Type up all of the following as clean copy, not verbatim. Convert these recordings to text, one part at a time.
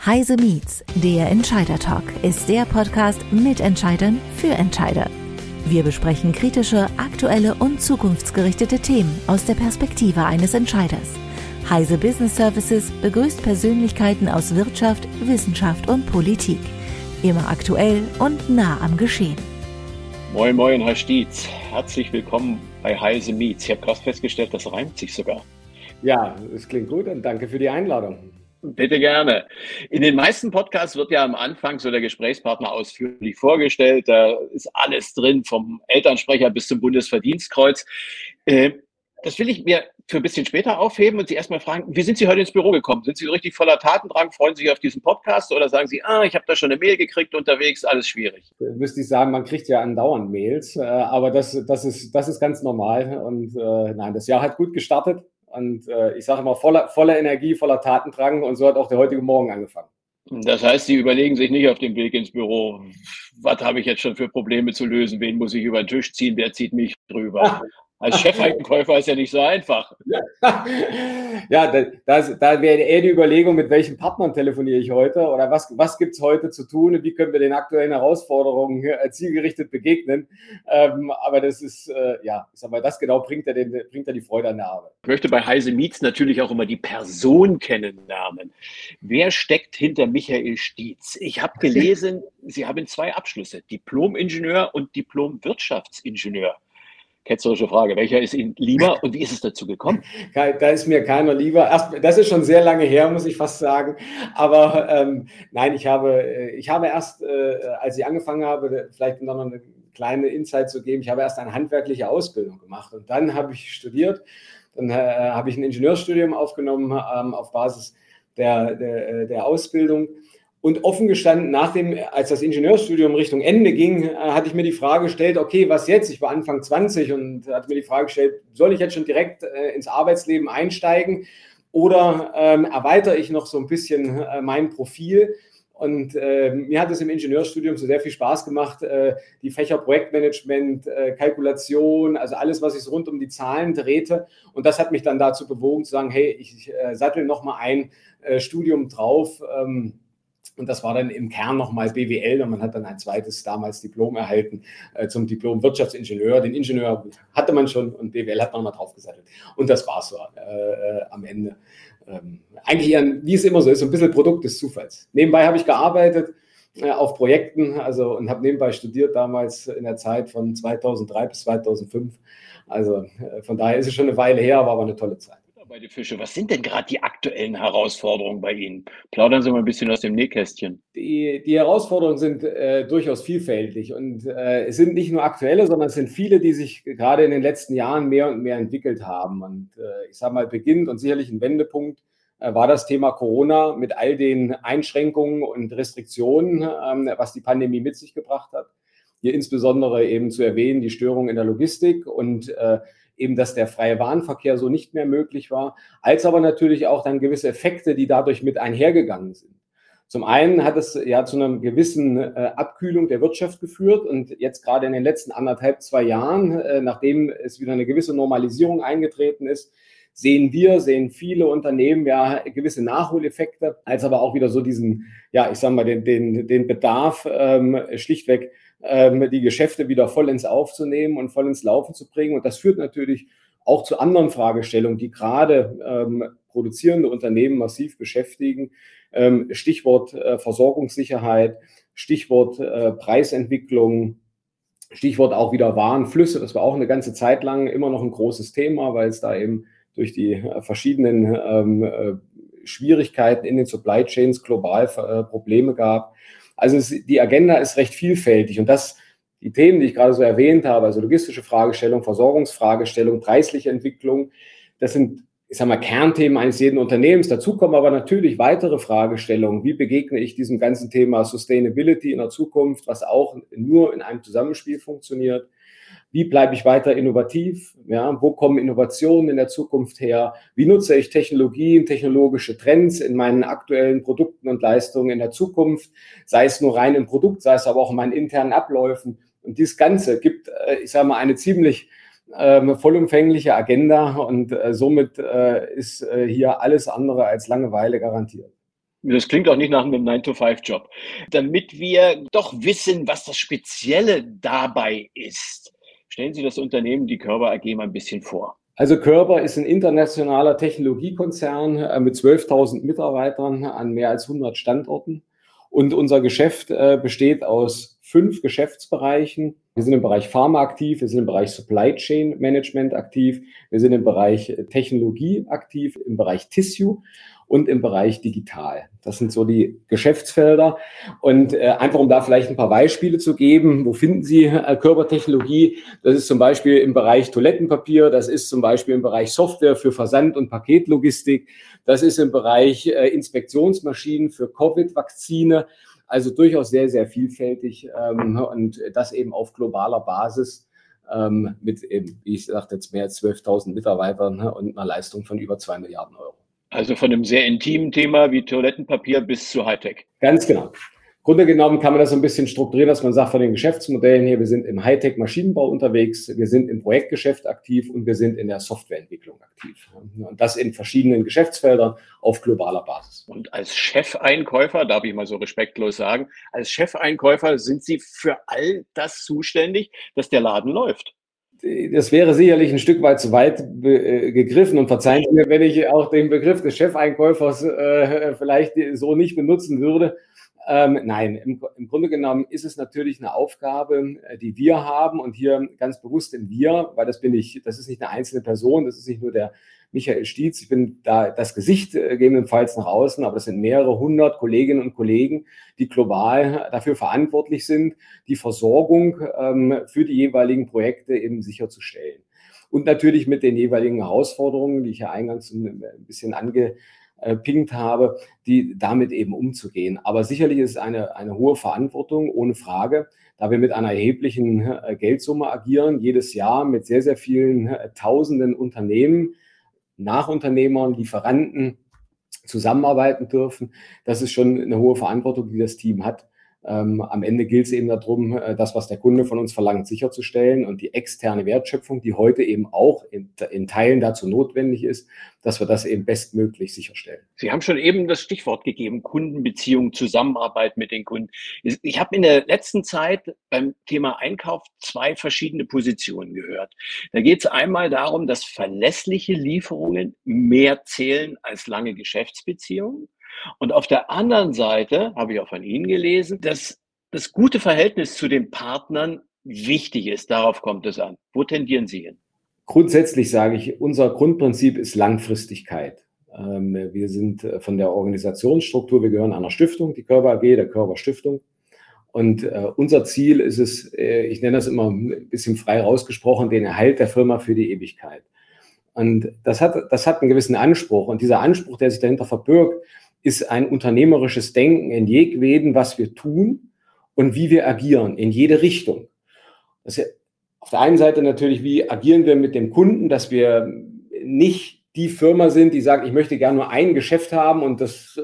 Heise Meets, der Entscheider-Talk, ist der Podcast mit Entscheidern für Entscheider. Wir besprechen kritische, aktuelle und zukunftsgerichtete Themen aus der Perspektive eines Entscheiders. Heise Business Services begrüßt Persönlichkeiten aus Wirtschaft, Wissenschaft und Politik. Immer aktuell und nah am Geschehen. Moin, moin, Herr Stietz. Herzlich willkommen bei Heise Meets. Ich habe gerade festgestellt, das reimt sich sogar. Ja, es klingt gut und danke für die Einladung. Bitte gerne. In den meisten Podcasts wird ja am Anfang so der Gesprächspartner ausführlich vorgestellt. Da ist alles drin, vom Elternsprecher bis zum Bundesverdienstkreuz. Das will ich mir für ein bisschen später aufheben und Sie erstmal fragen, wie sind Sie heute ins Büro gekommen? Sind Sie so richtig voller Tatendrang? Freuen Sie sich auf diesen Podcast oder sagen Sie, ich habe da schon eine Mail gekriegt unterwegs, alles schwierig? Müsste ich sagen, man kriegt ja andauernd Mails, aber das ist ganz normal und nein, das Jahr hat gut gestartet. Und ich sage immer, voller Energie, voller Tatendrang, und so hat auch der heutige Morgen angefangen. Das heißt, Sie überlegen sich nicht auf dem Weg ins Büro, was habe ich jetzt schon für Probleme zu lösen, wen muss ich über den Tisch ziehen, wer zieht mich drüber? Als Chefeinkäufer ist ja nicht so einfach. Ja, da wäre eher die Überlegung, mit welchen Partnern telefoniere ich heute oder was gibt es heute zu tun und wie können wir den aktuellen Herausforderungen zielgerichtet begegnen. Aber das ist, ich sag mal, das genau bringt ja die Freude an der Arbeit. Ich möchte bei Heise Meets natürlich auch immer die Person kennenlernen. Wer steckt hinter Michael Stietz? Ich habe gelesen, Sie haben 2 Abschlüsse, Diplom-Ingenieur und Diplom-Wirtschaftsingenieur. Ketzerische Frage, welcher ist Ihnen lieber und wie ist es dazu gekommen? Da ist mir keiner lieber. Das ist schon sehr lange her, muss ich fast sagen. Aber nein, ich habe erst, als ich angefangen habe, vielleicht noch eine kleine Insight zu geben, ich habe erst eine handwerkliche Ausbildung gemacht und dann habe ich studiert. Dann habe ich ein Ingenieurstudium aufgenommen auf Basis der Ausbildung. Und offen gestanden, als das Ingenieurstudium Richtung Ende ging, hatte ich mir die Frage gestellt, okay, was jetzt? Ich war Anfang 20 und hatte mir die Frage gestellt, soll ich jetzt schon direkt ins Arbeitsleben einsteigen oder erweitere ich noch so ein bisschen mein Profil? Und mir hat es im Ingenieurstudium so sehr viel Spaß gemacht, die Fächer Projektmanagement, Kalkulation, also alles, was sich so rund um die Zahlen drehte. Und das hat mich dann dazu bewogen zu sagen, hey, ich sattel noch mal ein Studium drauf. Und das war dann im Kern nochmal BWL und man hat dann ein zweites damals Diplom erhalten zum Diplom Wirtschaftsingenieur. Den Ingenieur hatte man schon und BWL hat man mal draufgesattelt. Und das war es so am Ende. Eigentlich eher, wie es immer so ist, so ein bisschen Produkt des Zufalls. Nebenbei habe ich gearbeitet auf Projekten und habe nebenbei studiert damals in der Zeit von 2003 bis 2005. Also von daher ist es schon eine Weile her, war aber eine tolle Zeit. Bei den Fische. Was sind denn gerade die aktuellen Herausforderungen bei Ihnen? Plaudern Sie mal ein bisschen aus dem Nähkästchen. Die Herausforderungen sind durchaus vielfältig und es sind nicht nur aktuelle, sondern es sind viele, die sich gerade in den letzten Jahren mehr und mehr entwickelt haben. Und ich sage mal, beginnend und sicherlich ein Wendepunkt war das Thema Corona mit all den Einschränkungen und Restriktionen, was die Pandemie mit sich gebracht hat. Hier insbesondere eben zu erwähnen, die Störung in der Logistik und eben, dass der freie Warenverkehr so nicht mehr möglich war, als aber natürlich auch dann gewisse Effekte, die dadurch mit einhergegangen sind. Zum einen hat es ja zu einer gewissen Abkühlung der Wirtschaft geführt und jetzt gerade in den letzten 2 Jahren, nachdem es wieder eine gewisse Normalisierung eingetreten ist, sehen viele Unternehmen ja gewisse Nachholeffekte, als aber auch wieder so diesen, ich sag mal, den Bedarf schlichtweg die Geschäfte wieder vollends aufzunehmen und voll ins Laufen zu bringen. Und das führt natürlich auch zu anderen Fragestellungen, die gerade produzierende Unternehmen massiv beschäftigen. Stichwort Versorgungssicherheit, Stichwort Preisentwicklung, Stichwort auch wieder Warenflüsse. Das war auch eine ganze Zeit lang immer noch ein großes Thema, weil es da eben durch die verschiedenen Schwierigkeiten in den Supply Chains global Probleme gab. Also die Agenda ist recht vielfältig und die Themen, die ich gerade so erwähnt habe, also logistische Fragestellung, Versorgungsfragestellung, preisliche Entwicklung, das sind, ich sage mal, Kernthemen eines jeden Unternehmens. Dazu kommen aber natürlich weitere Fragestellungen. Wie begegne ich diesem ganzen Thema Sustainability in der Zukunft, was auch nur in einem Zusammenspiel funktioniert? Wie bleibe ich weiter innovativ? Ja, wo kommen Innovationen in der Zukunft her? Wie nutze ich Technologien, technologische Trends in meinen aktuellen Produkten und Leistungen in der Zukunft? Sei es nur rein im Produkt, sei es aber auch in meinen internen Abläufen. Und dieses Ganze gibt, ich sage mal, eine ziemlich vollumfängliche Agenda und somit ist hier alles andere als Langeweile garantiert. Das klingt auch nicht nach einem 9-to-5-Job. Damit wir doch wissen, was das Spezielle dabei ist, stellen Sie das Unternehmen, die Körber AG, mal ein bisschen vor. Also Körber ist ein internationaler Technologiekonzern mit 12.000 Mitarbeitern an mehr als 100 Standorten. Und unser Geschäft besteht aus 5 Geschäftsbereichen. Wir sind im Bereich Pharma aktiv, wir sind im Bereich Supply Chain Management aktiv, wir sind im Bereich Technologie aktiv, im Bereich Tissue und im Bereich Digital. Das sind so die Geschäftsfelder. Und einfach um da vielleicht ein paar Beispiele zu geben, wo finden Sie Körpertechnologie? Das ist zum Beispiel im Bereich Toilettenpapier, das ist zum Beispiel im Bereich Software für Versand- und Paketlogistik, das ist im Bereich Inspektionsmaschinen für Covid-Vakzine. Also durchaus sehr, sehr vielfältig und das eben auf globaler Basis mit eben, wie ich sagte, jetzt mehr als 12.000 Mitarbeitern und einer Leistung von über 2 Milliarden Euro. Also von einem sehr intimen Thema wie Toilettenpapier bis zu Hightech. Ganz genau. Im Grunde genommen kann man das so ein bisschen strukturieren, dass man sagt, von den Geschäftsmodellen hier, wir sind im Hightech-Maschinenbau unterwegs, wir sind im Projektgeschäft aktiv und wir sind in der Softwareentwicklung aktiv. Und das in verschiedenen Geschäftsfeldern auf globaler Basis. Und als Chefeinkäufer, darf ich mal so respektlos sagen, als Chefeinkäufer sind Sie für all das zuständig, dass der Laden läuft. Das wäre sicherlich ein Stück weit zu weit gegriffen und verzeihen Sie mir, wenn ich auch den Begriff des Chefeinkäufers vielleicht so nicht benutzen würde. Nein, im Grunde genommen ist es natürlich eine Aufgabe, die wir haben und hier ganz bewusst im Wir, weil das ist nicht eine einzelne Person, das ist nicht nur der Michael Stietz, ich bin da das Gesicht gegebenenfalls nach außen, aber das sind mehrere hundert Kolleginnen und Kollegen, die global dafür verantwortlich sind, die Versorgung für die jeweiligen Projekte eben sicherzustellen. Und natürlich mit den jeweiligen Herausforderungen, die ich ja eingangs ein bisschen angepinkt habe, die damit eben umzugehen. Aber sicherlich ist es eine hohe Verantwortung, ohne Frage, da wir mit einer erheblichen Geldsumme agieren, jedes Jahr mit sehr, sehr vielen tausenden Unternehmen, Nachunternehmern, Lieferanten zusammenarbeiten dürfen. Das ist schon eine hohe Verantwortung, die das Team hat. Am Ende gilt es eben darum, das, was der Kunde von uns verlangt, sicherzustellen und die externe Wertschöpfung, die heute eben auch in Teilen dazu notwendig ist, dass wir das eben bestmöglich sicherstellen. Sie haben schon eben das Stichwort gegeben, Kundenbeziehung, Zusammenarbeit mit den Kunden. Ich habe in der letzten Zeit beim Thema Einkauf 2 verschiedene Positionen gehört. Da geht es einmal darum, dass verlässliche Lieferungen mehr zählen als lange Geschäftsbeziehungen. Und auf der anderen Seite habe ich auch von Ihnen gelesen, dass das gute Verhältnis zu den Partnern wichtig ist. Darauf kommt es an. Wo tendieren Sie hin? Grundsätzlich sage ich, unser Grundprinzip ist Langfristigkeit. Wir sind von der Organisationsstruktur, wir gehören einer Stiftung, die Körber AG, der Körber Stiftung. Und unser Ziel ist es, ich nenne das immer ein bisschen frei rausgesprochen, den Erhalt der Firma für die Ewigkeit. Und das hat einen gewissen Anspruch. Und dieser Anspruch, der sich dahinter verbirgt, ist ein unternehmerisches Denken in jedem, was wir tun und wie wir agieren, in jede Richtung. Das ist ja auf der einen Seite natürlich, wie agieren wir mit dem Kunden, dass wir nicht die Firma sind, die sagt, ich möchte gerne nur ein Geschäft haben und das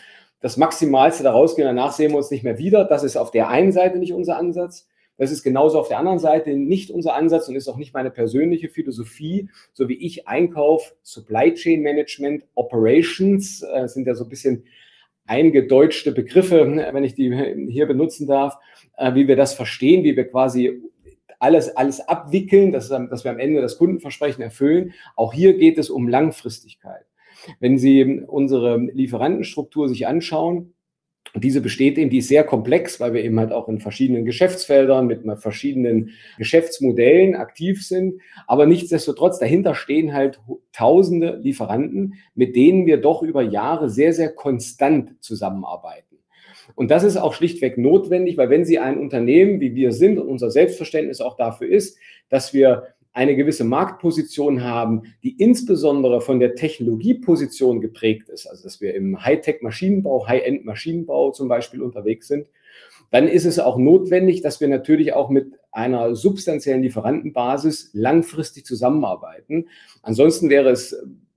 Maximalste daraus gehen, danach sehen wir uns nicht mehr wieder. Das ist auf der einen Seite nicht unser Ansatz. Das ist genauso auf der anderen Seite nicht unser Ansatz und ist auch nicht meine persönliche Philosophie, so wie ich Einkauf, Supply Chain Management, Operations, sind ja so ein bisschen eingedeutschte Begriffe, wenn ich die hier benutzen darf, wie wir das verstehen, wie wir quasi alles abwickeln, dass wir am Ende das Kundenversprechen erfüllen. Auch hier geht es um Langfristigkeit. Wenn Sie unsere Lieferantenstruktur sich anschauen, diese besteht eben, die ist sehr komplex, weil wir eben halt auch in verschiedenen Geschäftsfeldern mit verschiedenen Geschäftsmodellen aktiv sind. Aber nichtsdestotrotz, dahinter stehen halt tausende Lieferanten, mit denen wir doch über Jahre sehr, sehr konstant zusammenarbeiten. Und das ist auch schlichtweg notwendig, weil wenn Sie ein Unternehmen, wie wir sind und unser Selbstverständnis auch dafür ist, dass wir eine gewisse Marktposition haben, die insbesondere von der Technologieposition geprägt ist, also dass wir im Hightech-Maschinenbau, High-End-Maschinenbau zum Beispiel unterwegs sind, dann ist es auch notwendig, dass wir natürlich auch mit einer substanziellen Lieferantenbasis langfristig zusammenarbeiten. Ansonsten wäre es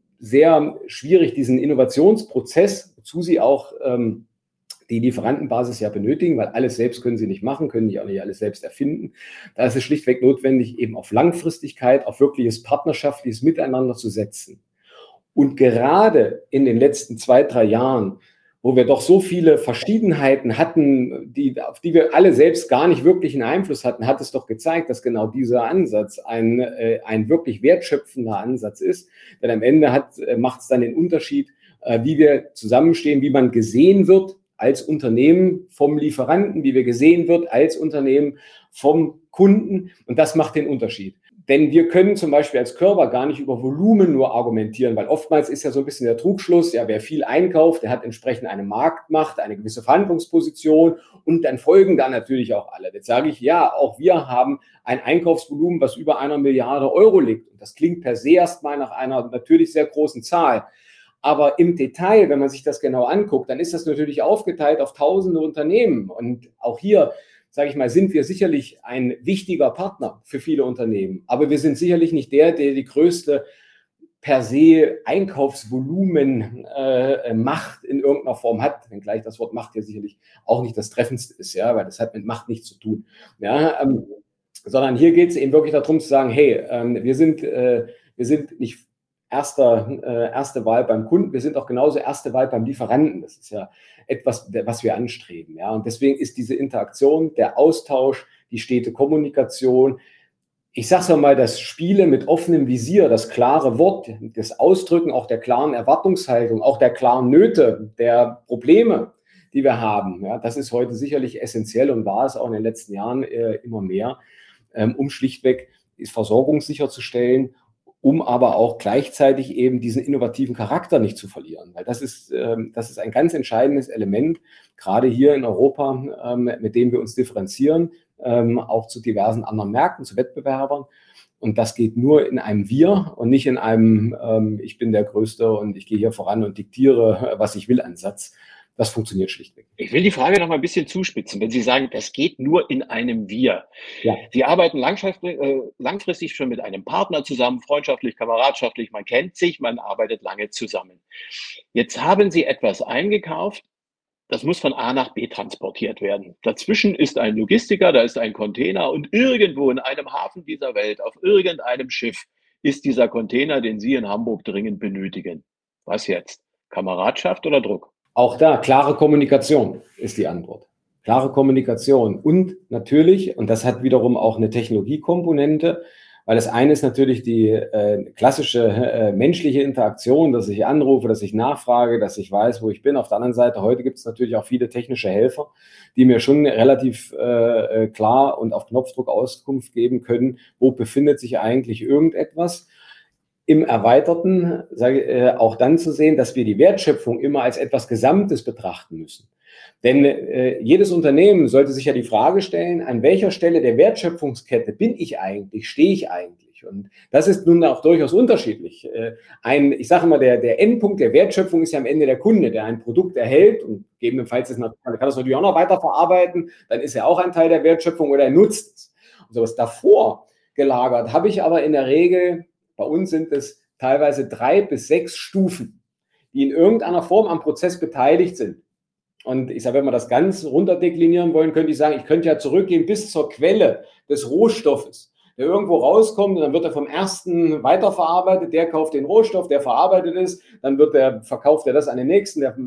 sehr schwierig, diesen Innovationsprozess, wozu Sie auch die Lieferantenbasis ja benötigen, weil alles selbst können sie nicht machen, können auch nicht alles selbst erfinden. Da ist es schlichtweg notwendig, eben auf Langfristigkeit, auf wirkliches partnerschaftliches Miteinander zu setzen. Und gerade in den letzten 2-3 Jahren, wo wir doch so viele Verschiedenheiten hatten, auf die wir alle selbst gar nicht wirklich einen Einfluss hatten, hat es doch gezeigt, dass genau dieser Ansatz ein wirklich wertschöpfender Ansatz ist. Denn am Ende macht es dann den Unterschied, wie wir zusammenstehen, wie man gesehen wird als Unternehmen vom Lieferanten, wie wir gesehen wird als Unternehmen vom Kunden. Und das macht den Unterschied. Denn wir können zum Beispiel als Körber gar nicht über Volumen nur argumentieren, weil oftmals ist ja so ein bisschen der Trugschluss, ja, wer viel einkauft, der hat entsprechend eine Marktmacht, eine gewisse Verhandlungsposition und dann folgen da natürlich auch alle. Jetzt sage ich, ja, auch wir haben ein Einkaufsvolumen, was über 1 Milliarde Euro liegt. Und das klingt per se erstmal nach einer natürlich sehr großen Zahl. Aber im Detail, wenn man sich das genau anguckt, dann ist das natürlich aufgeteilt auf tausende Unternehmen. Und auch hier, sage ich mal, sind wir sicherlich ein wichtiger Partner für viele Unternehmen. Aber wir sind sicherlich nicht der die größte per se Einkaufsvolumen Macht in irgendeiner Form hat. Wenngleich das Wort Macht ja sicherlich auch nicht das Treffendste ist, ja, weil das hat mit Macht nichts zu tun. Ja, sondern hier geht es eben wirklich darum zu sagen, hey, wir sind nicht erste Wahl beim Kunden, wir sind auch genauso erste Wahl beim Lieferanten. Das ist ja etwas, was wir anstreben. Ja? Und deswegen ist diese Interaktion, der Austausch, die stete Kommunikation, ich sage es mal, das Spielen mit offenem Visier, das klare Wort, das Ausdrücken auch der klaren Erwartungshaltung, auch der klaren Nöte, der Probleme, die wir haben. Ja? Das ist heute sicherlich essentiell und war es auch in den letzten Jahren immer mehr, um schlichtweg die Versorgung sicherzustellen, um aber auch gleichzeitig eben diesen innovativen Charakter nicht zu verlieren. Weil das ist ein ganz entscheidendes Element, gerade hier in Europa, mit dem wir uns differenzieren, auch zu diversen anderen Märkten, zu Wettbewerbern. Und das geht nur in einem Wir und nicht in einem ich bin der Größte und ich gehe hier voran und diktiere, was ich will, Ansatz. Das funktioniert schlichtweg. Ich will die Frage noch mal ein bisschen zuspitzen. Wenn Sie sagen, das geht nur in einem Wir. Ja. Sie arbeiten langfristig schon mit einem Partner zusammen, freundschaftlich, kameradschaftlich, man kennt sich, man arbeitet lange zusammen. Jetzt haben Sie etwas eingekauft, das muss von A nach B transportiert werden. Dazwischen ist ein Logistiker, da ist ein Container und irgendwo in einem Hafen dieser Welt, auf irgendeinem Schiff, ist dieser Container, den Sie in Hamburg dringend benötigen. Was jetzt? Kameradschaft oder Druck? Auch da, klare Kommunikation ist die Antwort. Klare Kommunikation und natürlich, und das hat wiederum auch eine Technologiekomponente, weil das eine ist natürlich die klassische menschliche Interaktion, dass ich anrufe, dass ich nachfrage, dass ich weiß, wo ich bin. Auf der anderen Seite, heute gibt es natürlich auch viele technische Helfer, die mir schon relativ klar und auf Knopfdruck Auskunft geben können, wo befindet sich eigentlich irgendetwas. Im Erweiterten auch dann zu sehen, dass wir die Wertschöpfung immer als etwas Gesamtes betrachten müssen. Denn jedes Unternehmen sollte sich ja die Frage stellen, an welcher Stelle der Wertschöpfungskette bin ich eigentlich, stehe ich eigentlich? Und das ist nun auch durchaus unterschiedlich. Ich sage immer, der Endpunkt der Wertschöpfung ist ja am Ende der Kunde, der ein Produkt erhält und gegebenenfalls kann das natürlich auch noch weiterverarbeiten, dann ist er auch ein Teil der Wertschöpfung oder er nutzt es. Und sowas davor gelagert habe ich aber in der Regel. Bei uns sind es teilweise 3 bis 6 Stufen, die in irgendeiner Form am Prozess beteiligt sind. Und ich sage, wenn wir das ganz runterdeklinieren wollen, könnte ich sagen, ich könnte ja zurückgehen bis zur Quelle des Rohstoffes, der irgendwo rauskommt und dann wird er vom ersten weiterverarbeitet, der kauft den Rohstoff, der verarbeitet es, dann verkauft er das an den nächsten, der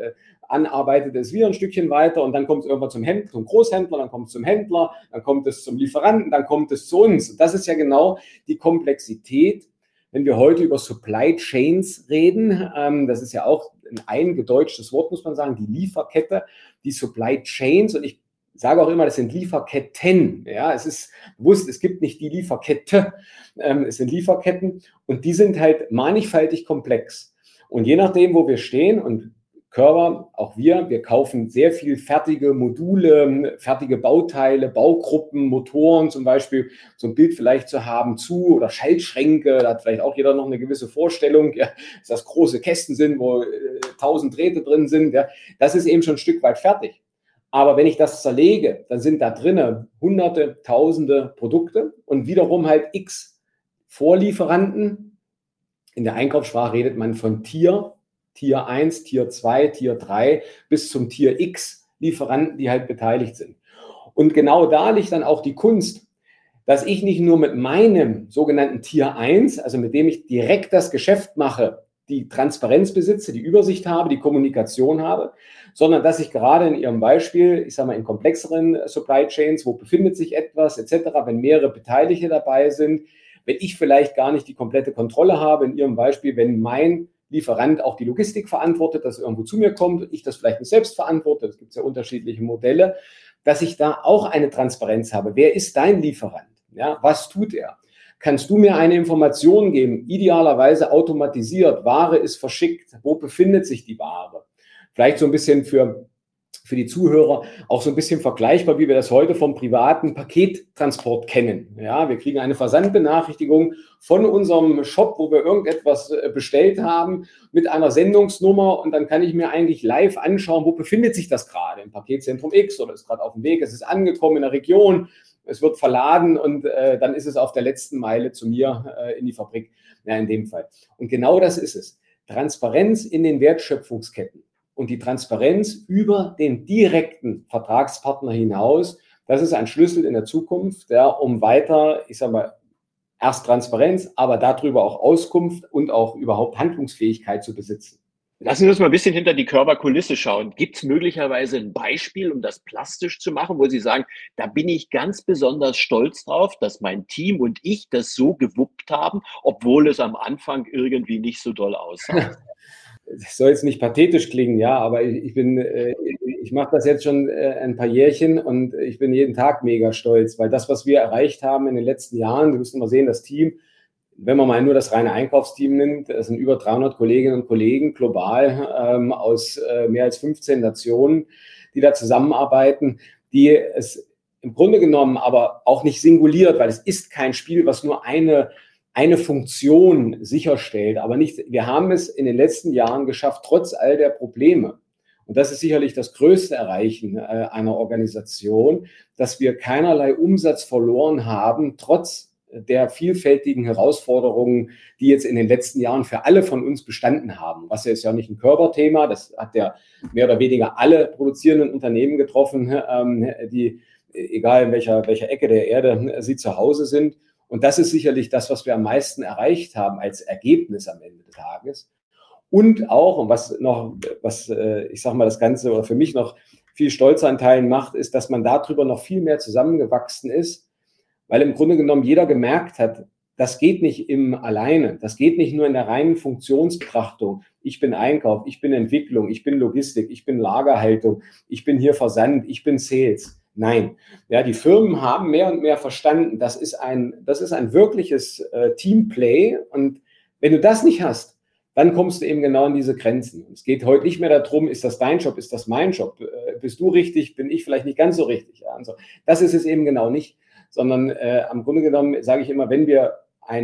anarbeitet es wieder ein Stückchen weiter und dann kommt es irgendwann zum Großhändler, dann kommt es zum Händler, dann kommt es zum Lieferanten, dann kommt es zu uns. Und das ist ja genau die Komplexität, wenn wir heute über Supply Chains reden. Das ist ja auch ein eingedeutschtes Wort, muss man sagen, die Lieferkette, die Supply Chains. Und ich sage auch immer, das sind Lieferketten. Ja, es ist bewusst, es gibt nicht die Lieferkette, es sind Lieferketten und die sind halt mannigfaltig komplex. Und je nachdem, wo wir stehen und Körber, auch wir kaufen sehr viel fertige Module, fertige Bauteile, Baugruppen, Motoren zum Beispiel, so ein Bild vielleicht zu haben oder Schaltschränke, da hat vielleicht auch jeder noch eine gewisse Vorstellung, ja, dass das große Kästen sind, wo 1000 Drähte drin sind, ja, das ist eben schon ein Stück weit fertig. Aber wenn ich das zerlege, dann sind da drinnen Hunderte, Tausende Produkte und wiederum halt x Vorlieferanten. In der Einkaufssprache redet man von Tier 1, Tier 2, Tier 3 bis zum Tier X Lieferanten, die halt beteiligt sind. Und genau da liegt dann auch die Kunst, dass ich nicht nur mit meinem sogenannten Tier 1, also mit dem ich direkt das Geschäft mache, die Transparenz besitze, die Übersicht habe, die Kommunikation habe, sondern dass ich gerade in Ihrem Beispiel, ich sage mal in komplexeren Supply Chains, wo befindet sich etwas etc., wenn mehrere Beteiligte dabei sind, wenn ich vielleicht gar nicht die komplette Kontrolle habe, in Ihrem Beispiel, wenn mein Lieferant auch die Logistik verantwortet, dass irgendwo zu mir kommt und ich das vielleicht nicht selbst verantworte, es gibt ja unterschiedliche Modelle, dass ich da auch eine Transparenz habe. Wer ist dein Lieferant? Ja, was tut er? Kannst du mir eine Information geben, idealerweise automatisiert, Ware ist verschickt, wo befindet sich die Ware? Vielleicht so ein bisschen für die Zuhörer auch so ein bisschen vergleichbar, wie wir das heute vom privaten Pakettransport kennen. Ja, wir kriegen eine Versandbenachrichtigung von unserem Shop, wo wir irgendetwas bestellt haben, mit einer Sendungsnummer und dann kann ich mir eigentlich live anschauen, wo befindet sich das gerade, im Paketzentrum X oder ist gerade auf dem Weg, es ist angekommen in der Region, es wird verladen und dann ist es auf der letzten Meile zu mir in die Fabrik, ja, in dem Fall. Und genau das ist es. Transparenz in den Wertschöpfungsketten. Und die Transparenz über den direkten Vertragspartner hinaus, das ist ein Schlüssel in der Zukunft, ja, um weiter, ich sage mal, erst Transparenz, aber darüber auch Auskunft und auch überhaupt Handlungsfähigkeit zu besitzen. Lassen Sie uns mal ein bisschen hinter die Körperkulisse schauen. Gibt es möglicherweise ein Beispiel, um das plastisch zu machen, wo Sie sagen, da bin ich ganz besonders stolz drauf, dass mein Team und ich das so gewuppt haben, obwohl es am Anfang irgendwie nicht so doll aussah? Das soll jetzt nicht pathetisch klingen, ja, aber ich mache das jetzt schon ein paar Jährchen und ich bin jeden Tag mega stolz, weil das, was wir erreicht haben in den letzten Jahren, wir müssen mal sehen, das Team, wenn man mal nur das reine Einkaufsteam nimmt, es sind über 300 Kolleginnen und Kollegen global aus mehr als 15 Nationen, die da zusammenarbeiten, die es im Grunde genommen aber auch nicht singuliert, weil es ist kein Spiel, was nur eine Funktion sicherstellt, aber nicht, wir haben es in den letzten Jahren geschafft, trotz all der Probleme, und das ist sicherlich das größte Erreichen einer Organisation, dass wir keinerlei Umsatz verloren haben, trotz der vielfältigen Herausforderungen, die jetzt in den letzten Jahren für alle von uns bestanden haben. Was ist ja nicht ein Körperthema, das hat ja mehr oder weniger alle produzierenden Unternehmen getroffen, die, egal in welcher Ecke der Erde sie zu Hause sind. Und das ist sicherlich das, was wir am meisten erreicht haben als Ergebnis am Ende des Tages. Und auch, und was ich sage mal, das Ganze oder für mich noch viel stolzer an Teilen macht, ist, dass man darüber noch viel mehr zusammengewachsen ist, weil im Grunde genommen jeder gemerkt hat, das geht nicht im Alleine, das geht nicht nur in der reinen Funktionsbetrachtung. Ich bin Einkauf, ich bin Entwicklung, ich bin Logistik, ich bin Lagerhaltung, ich bin hier Versand, ich bin Sales. Nein, ja, die Firmen haben mehr und mehr verstanden, das ist ein wirkliches Teamplay und wenn du das nicht hast, dann kommst du eben genau in diese Grenzen. Es geht heute nicht mehr darum, ist das dein Job, ist das mein Job, bist du richtig, bin ich vielleicht nicht ganz so richtig. Ja, und so. Das ist es eben genau nicht, sondern am Grunde genommen sage ich immer, wenn wir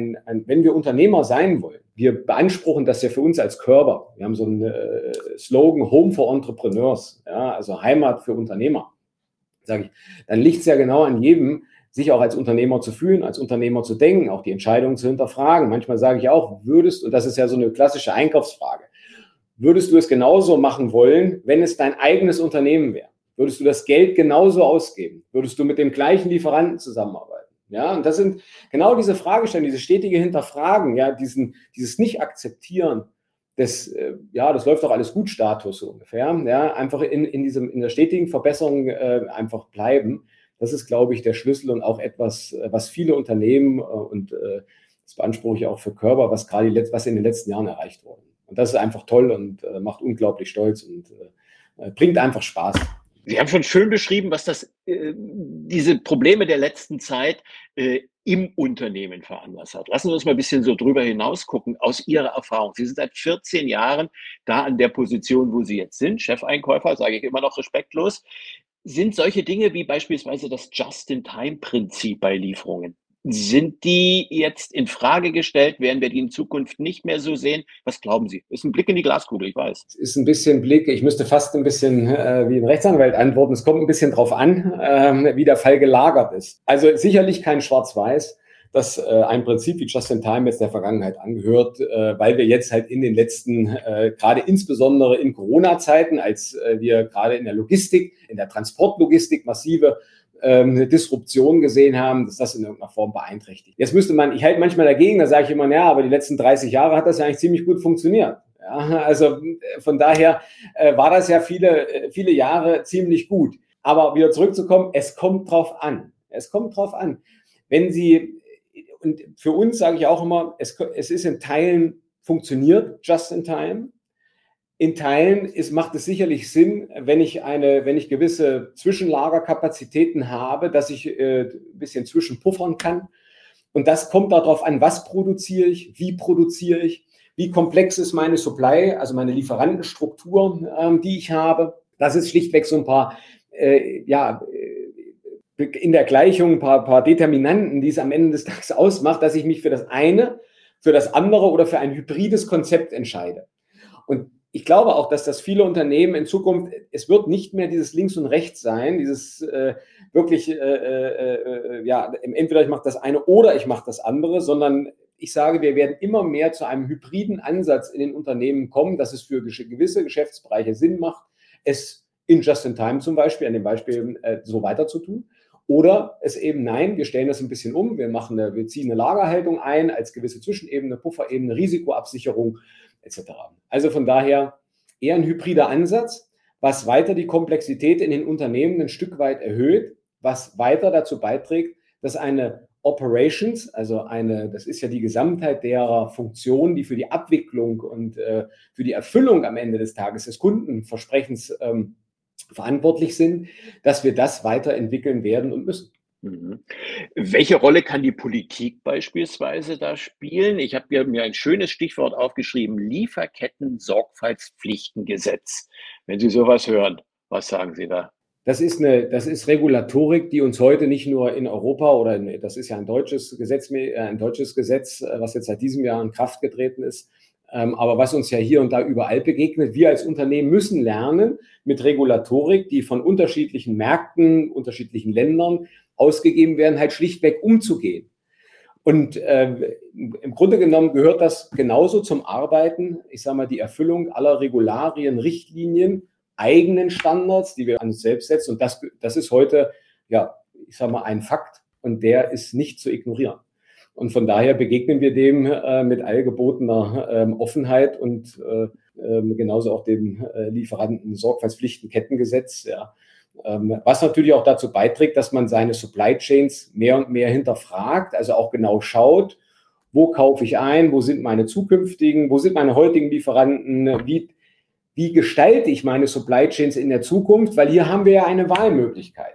Unternehmer sein wollen, wir beanspruchen das ja für uns als Körper. Wir haben so einen Slogan, Home for Entrepreneurs, ja, also Heimat für Unternehmer. Sage ich, dann liegt es ja genau an jedem, sich auch als Unternehmer zu fühlen, als Unternehmer zu denken, auch die Entscheidungen zu hinterfragen. Manchmal sage ich auch, und das ist ja so eine klassische Einkaufsfrage, würdest du es genauso machen wollen, wenn es dein eigenes Unternehmen wäre? Würdest du das Geld genauso ausgeben? Würdest du mit dem gleichen Lieferanten zusammenarbeiten? Ja, und das sind genau diese Fragestellungen, diese stetige Hinterfragen, ja, dieses Nicht-Akzeptieren, das läuft doch alles gut Status so ungefähr, ja, einfach in der stetigen Verbesserung einfach bleiben. Das ist, glaube ich, der Schlüssel und auch etwas, was viele Unternehmen und das beanspruche ich auch für Körper, was in den letzten Jahren erreicht wurde. Und das ist einfach toll und macht unglaublich stolz und bringt einfach Spaß. Sie haben schon schön beschrieben, was diese Probleme der letzten Zeit im Unternehmen veranlasst hat. Lassen Sie uns mal ein bisschen so drüber hinaus gucken, aus Ihrer Erfahrung. Sie sind seit 14 Jahren da an der Position, wo Sie jetzt sind, Chefeinkäufer, sage ich immer noch respektlos. Sind solche Dinge wie beispielsweise das Just-in-Time-Prinzip bei Lieferungen, sind die jetzt in Frage gestellt? Werden wir die in Zukunft nicht mehr so sehen? Was glauben Sie? Ist ein Blick in die Glaskugel, ich weiß. Es ist ein bisschen Blick, ich müsste fast ein bisschen wie ein Rechtsanwalt antworten. Es kommt ein bisschen drauf an, wie der Fall gelagert ist. Also sicherlich kein Schwarz-Weiß, dass ein Prinzip wie Just-in-Time jetzt der Vergangenheit angehört, weil wir jetzt halt in den letzten, gerade insbesondere in Corona-Zeiten, als wir gerade in der Logistik, in der Transportlogistik massive eine Disruption gesehen haben, dass das in irgendeiner Form beeinträchtigt. Jetzt ich halte manchmal dagegen, da sage ich immer, ja, aber die letzten 30 Jahre hat das ja eigentlich ziemlich gut funktioniert. Ja, also von daher war das ja viele Jahre ziemlich gut. Aber wieder zurückzukommen, es kommt drauf an. Es kommt drauf an. Wenn Sie, und für uns sage ich auch immer, es ist in Teilen funktioniert, just in time. In Teilen macht es sicherlich Sinn, wenn ich gewisse Zwischenlagerkapazitäten habe, dass ich ein bisschen zwischenpuffern kann. Und das kommt darauf an, was produziere ich, wie komplex ist meine Supply, also meine Lieferantenstruktur, die ich habe. Das ist schlichtweg so ein paar, in der Gleichung ein paar Determinanten, die es am Ende des Tages ausmacht, dass ich mich für das eine, für das andere oder für ein hybrides Konzept entscheide. Und ich glaube auch, dass das viele Unternehmen in Zukunft, es wird nicht mehr dieses Links und Rechts sein, dieses entweder ich mache das eine oder ich mache das andere, sondern ich sage, wir werden immer mehr zu einem hybriden Ansatz in den Unternehmen kommen, dass es für gewisse Geschäftsbereiche Sinn macht, es in Just-in-Time zum Beispiel, an dem Beispiel so weiter zu tun. Oder es eben, nein, wir stellen das ein bisschen um, wir ziehen eine Lagerhaltung ein als gewisse Zwischenebene, Pufferebene, Risikoabsicherung etc. Also von daher eher ein hybrider Ansatz, was weiter die Komplexität in den Unternehmen ein Stück weit erhöht, was weiter dazu beiträgt, dass eine Operations, das ist ja die Gesamtheit derer Funktionen, die für die Abwicklung und für die Erfüllung am Ende des Tages des Kundenversprechens verantwortlich sind, dass wir das weiterentwickeln werden und müssen. Mhm. Welche Rolle kann die Politik beispielsweise da spielen? Ich habe mir ein schönes Stichwort aufgeschrieben, Lieferketten-Sorgfaltspflichtengesetz. Wenn Sie sowas hören, was sagen Sie da? Das ist Regulatorik, die uns heute nicht nur in Europa das ist ja ein deutsches Gesetz, was jetzt seit diesem Jahr in Kraft getreten ist, aber was uns ja hier und da überall begegnet. Wir als Unternehmen müssen lernen, mit Regulatorik, die von unterschiedlichen Märkten, unterschiedlichen Ländern ausgegeben werden, halt schlichtweg umzugehen. Und im Grunde genommen gehört das genauso zum Arbeiten, ich sage mal, die Erfüllung aller Regularien, Richtlinien, eigenen Standards, die wir an uns selbst setzen. Und das ist heute, ja, ich sage mal, ein Fakt und der ist nicht zu ignorieren. Und von daher begegnen wir dem mit allgebotener Offenheit und genauso auch dem Lieferanten-Sorgfaltspflichtenkettengesetz, ja. Was natürlich auch dazu beiträgt, dass man seine Supply Chains mehr und mehr hinterfragt, also auch genau schaut, wo kaufe ich ein, wo sind meine zukünftigen, wo sind meine heutigen Lieferanten, wie gestalte ich meine Supply Chains in der Zukunft, weil hier haben wir ja eine Wahlmöglichkeit.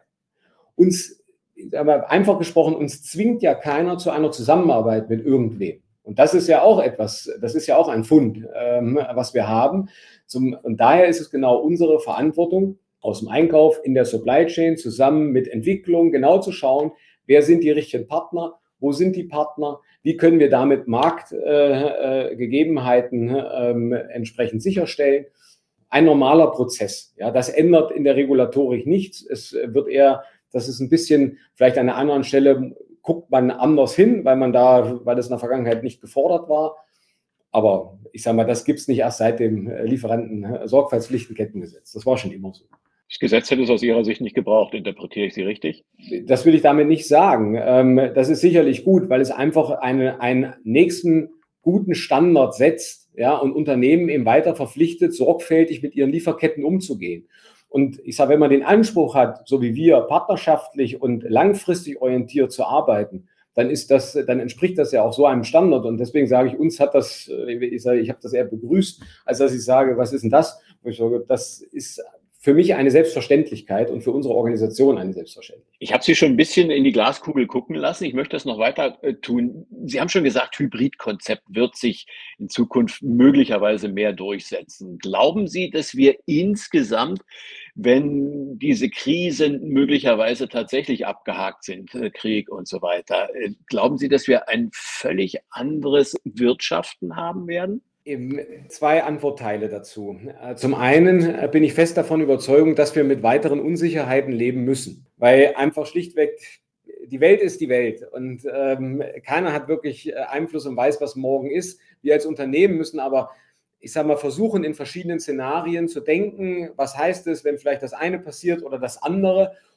Aber einfach gesprochen, uns zwingt ja keiner zu einer Zusammenarbeit mit irgendwem. Und das ist ja auch ein Fund, was wir haben. Und daher ist es genau unsere Verantwortung, aus dem Einkauf in der Supply Chain zusammen mit Entwicklung genau zu schauen, wer sind die richtigen Partner, wo sind die Partner, wie können wir damit Marktgegebenheiten entsprechend sicherstellen. Ein normaler Prozess. Ja, das ändert in der Regulatorik nichts. Es wird eher, das ist ein bisschen, vielleicht an einer anderen Stelle guckt man anders hin, weil das in der Vergangenheit nicht gefordert war. Aber ich sage mal, das gibt es nicht erst seit dem Lieferanten-Sorgfaltspflichtenkettengesetz. Das war schon immer so. Das Gesetz hätte es aus Ihrer Sicht nicht gebraucht, interpretiere ich Sie richtig? Das will ich damit nicht sagen. Das ist sicherlich gut, weil es einfach einen nächsten guten Standard setzt, ja, und Unternehmen eben weiter verpflichtet, sorgfältig mit ihren Lieferketten umzugehen. Und ich sage, wenn man den Anspruch hat, so wie wir, partnerschaftlich und langfristig orientiert zu arbeiten, dann entspricht das ja auch so einem Standard. Und deswegen sage ich, ich habe das eher begrüßt, als dass ich sage, was ist denn das? Ich sage, das ist für mich eine Selbstverständlichkeit und für unsere Organisation eine Selbstverständlichkeit. Ich habe Sie schon ein bisschen in die Glaskugel gucken lassen. Ich möchte das noch weiter tun. Sie haben schon gesagt, Hybridkonzept wird sich in Zukunft möglicherweise mehr durchsetzen. Glauben Sie, dass wir insgesamt, wenn diese Krisen möglicherweise tatsächlich abgehakt sind, Krieg und so weiter, glauben Sie, dass wir ein völlig anderes Wirtschaften haben werden? Eben zwei Antwortteile dazu. Zum einen bin ich fest davon überzeugt, dass wir mit weiteren Unsicherheiten leben müssen, weil einfach schlichtweg die Welt ist die Welt und keiner hat wirklich Einfluss und weiß, was morgen ist. Wir als Unternehmen müssen aber, ich sage mal, versuchen in verschiedenen Szenarien zu denken, was heißt es, wenn vielleicht das eine passiert oder das andere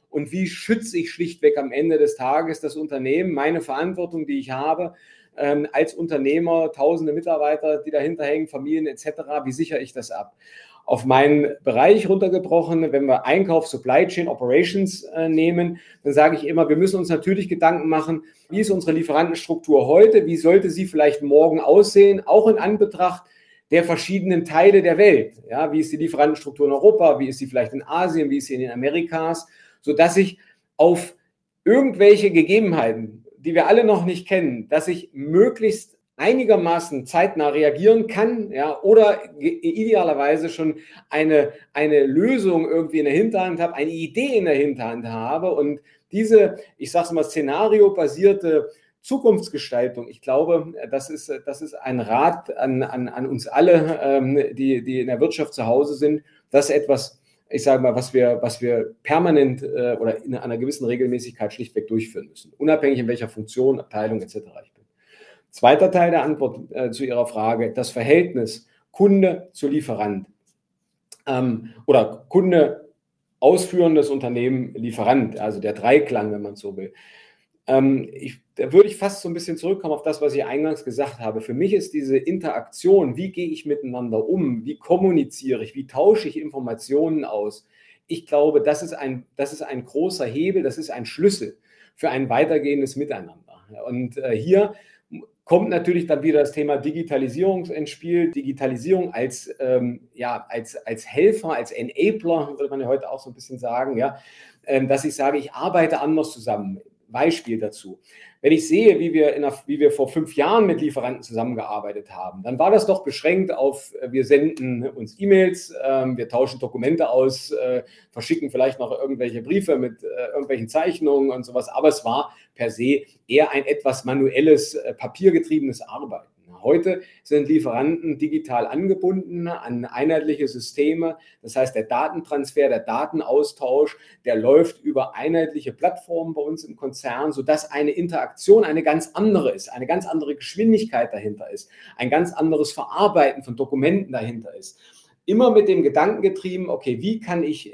und wie schütze ich schlichtweg am Ende des Tages das Unternehmen, meine Verantwortung, die ich habe, als Unternehmer, tausende Mitarbeiter, die dahinter hängen, Familien etc., wie sichere ich das ab? Auf meinen Bereich runtergebrochen, wenn wir Einkauf, Supply Chain, Operations nehmen, dann sage ich immer, wir müssen uns natürlich Gedanken machen, wie ist unsere Lieferantenstruktur heute, wie sollte sie vielleicht morgen aussehen, auch in Anbetracht der verschiedenen Teile der Welt. Ja, wie ist die Lieferantenstruktur in Europa, wie ist sie vielleicht in Asien, wie ist sie in den Amerikas, sodass ich auf irgendwelche Gegebenheiten, die wir alle noch nicht kennen, dass ich möglichst einigermaßen zeitnah reagieren kann, ja, oder idealerweise schon eine Lösung irgendwie in der Hinterhand habe, eine Idee in der Hinterhand habe und diese, ich sage es mal, szenariobasierte Zukunftsgestaltung, ich glaube, das ist ein Rat an uns alle, die in der Wirtschaft zu Hause sind, das ist etwas, ich sage mal, was wir permanent oder in einer gewissen Regelmäßigkeit schlichtweg durchführen müssen, unabhängig in welcher Funktion, Abteilung etc. ich bin. Zweiter Teil der Antwort zu Ihrer Frage, das Verhältnis Kunde zu Lieferant oder Kunde, ausführendes Unternehmen, Lieferant, also der Dreiklang, wenn man so will. Da würde ich fast so ein bisschen zurückkommen auf das, was ich eingangs gesagt habe. Für mich ist diese Interaktion, wie gehe ich miteinander um, wie kommuniziere ich, wie tausche ich Informationen aus. Ich glaube, das ist ein großer Hebel, das ist ein Schlüssel für ein weitergehendes Miteinander. Und hier kommt natürlich dann wieder das Thema Digitalisierung ins Spiel. Digitalisierung als Helfer, als Enabler, würde man ja heute auch so ein bisschen sagen, ja, dass ich sage, ich arbeite anders zusammen. Beispiel dazu. Wenn ich sehe, wie wir vor 5 Jahren mit Lieferanten zusammengearbeitet haben, dann war das doch beschränkt auf, wir senden uns E-Mails, wir tauschen Dokumente aus, verschicken vielleicht noch irgendwelche Briefe mit irgendwelchen Zeichnungen und sowas, aber es war per se eher ein etwas manuelles, papiergetriebenes Arbeiten. Heute sind Lieferanten digital angebunden an einheitliche Systeme. Das heißt, der Datentransfer, der Datenaustausch, der läuft über einheitliche Plattformen bei uns im Konzern, sodass eine Interaktion eine ganz andere ist, eine ganz andere Geschwindigkeit dahinter ist, ein ganz anderes Verarbeiten von Dokumenten dahinter ist. Immer mit dem Gedanken getrieben, okay, wie kann ich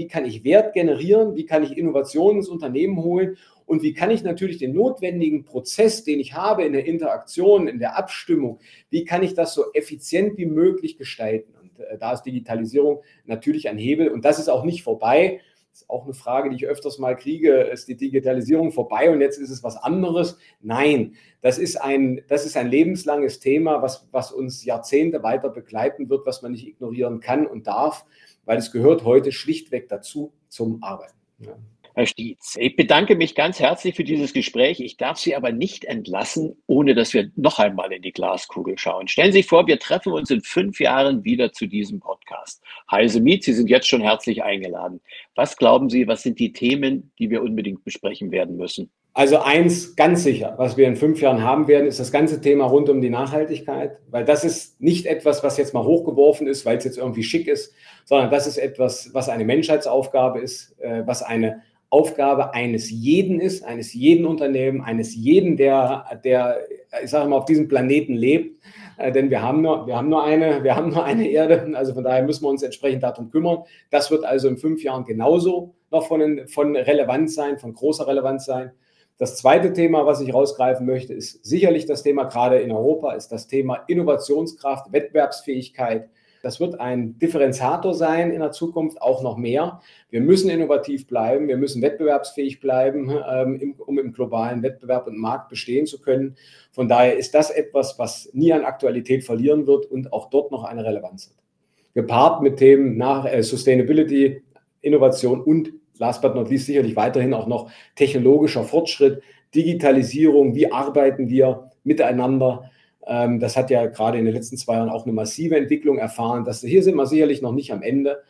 Wert generieren, wie kann ich Innovationen ins Unternehmen holen und wie kann ich natürlich den notwendigen Prozess, den ich habe in der Interaktion, in der Abstimmung, wie kann ich das so effizient wie möglich gestalten? Und da ist Digitalisierung natürlich ein Hebel und das ist auch nicht vorbei. Das ist auch eine Frage, die ich öfters mal kriege. Ist die Digitalisierung vorbei und jetzt ist es was anderes? Nein, das ist ein lebenslanges Thema, was uns Jahrzehnte weiter begleiten wird, was man nicht ignorieren kann und darf, weil es gehört heute schlichtweg dazu zum Arbeiten. Ja. Herr Stietz, ich bedanke mich ganz herzlich für dieses Gespräch. Ich darf Sie aber nicht entlassen, ohne dass wir noch einmal in die Glaskugel schauen. Stellen Sie sich vor, wir treffen uns in 5 Jahren wieder zu diesem Podcast. Heise Meets, Sie sind jetzt schon herzlich eingeladen. Was glauben Sie, was sind die Themen, die wir unbedingt besprechen werden müssen? Also eins ganz sicher, was wir in 5 Jahren haben werden, ist das ganze Thema rund um die Nachhaltigkeit, weil das ist nicht etwas, was jetzt mal hochgeworfen ist, weil es jetzt irgendwie schick ist, sondern das ist etwas, was eine Menschheitsaufgabe ist, was eine Aufgabe eines jeden ist, eines jeden Unternehmen, eines jeden, der ich sage mal, auf diesem Planeten lebt. Denn wir haben nur eine Erde. Also von daher müssen wir uns entsprechend darum kümmern. Das wird also in 5 Jahren genauso noch von Relevanz sein, von großer Relevanz sein. Das zweite Thema, was ich rausgreifen möchte, ist sicherlich das Thema, gerade in Europa, ist das Thema Innovationskraft, Wettbewerbsfähigkeit. Das wird ein Differenziator sein in der Zukunft, auch noch mehr. Wir müssen innovativ bleiben, wir müssen wettbewerbsfähig bleiben, um im globalen Wettbewerb und Markt bestehen zu können. Von daher ist das etwas, was nie an Aktualität verlieren wird und auch dort noch eine Relevanz hat. Gepaart mit Themen nach Sustainability, Innovation und last but not least sicherlich weiterhin auch noch technologischer Fortschritt, Digitalisierung, wie arbeiten wir miteinander. Das hat ja gerade in den letzten 2 Jahren auch eine massive Entwicklung erfahren. Hier sind wir sicherlich noch nicht am Ende.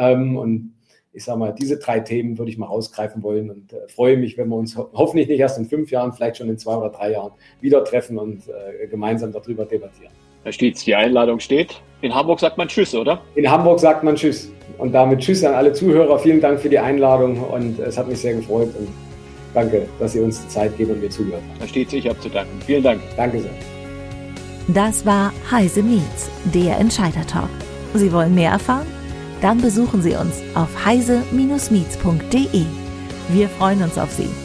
Und ich sage mal, diese 3 Themen würde ich mal rausgreifen wollen und freue mich, wenn wir uns hoffentlich nicht erst in 5 Jahren, vielleicht schon in 2 oder 3 Jahren wieder treffen und gemeinsam darüber debattieren. Herr Stietz, die Einladung steht. In Hamburg sagt man Tschüss, oder? In Hamburg sagt man Tschüss. Und damit Tschüss an alle Zuhörer. Vielen Dank für die Einladung und es hat mich sehr gefreut. Und danke, dass Sie uns die Zeit geben und mir zugehört haben. Herr Stietz, ich habe zu danken. Vielen Dank. Danke sehr. Das war Heise Meets, der Entscheider-Talk. Sie wollen mehr erfahren? Dann besuchen Sie uns auf heise-meets.de. Wir freuen uns auf Sie.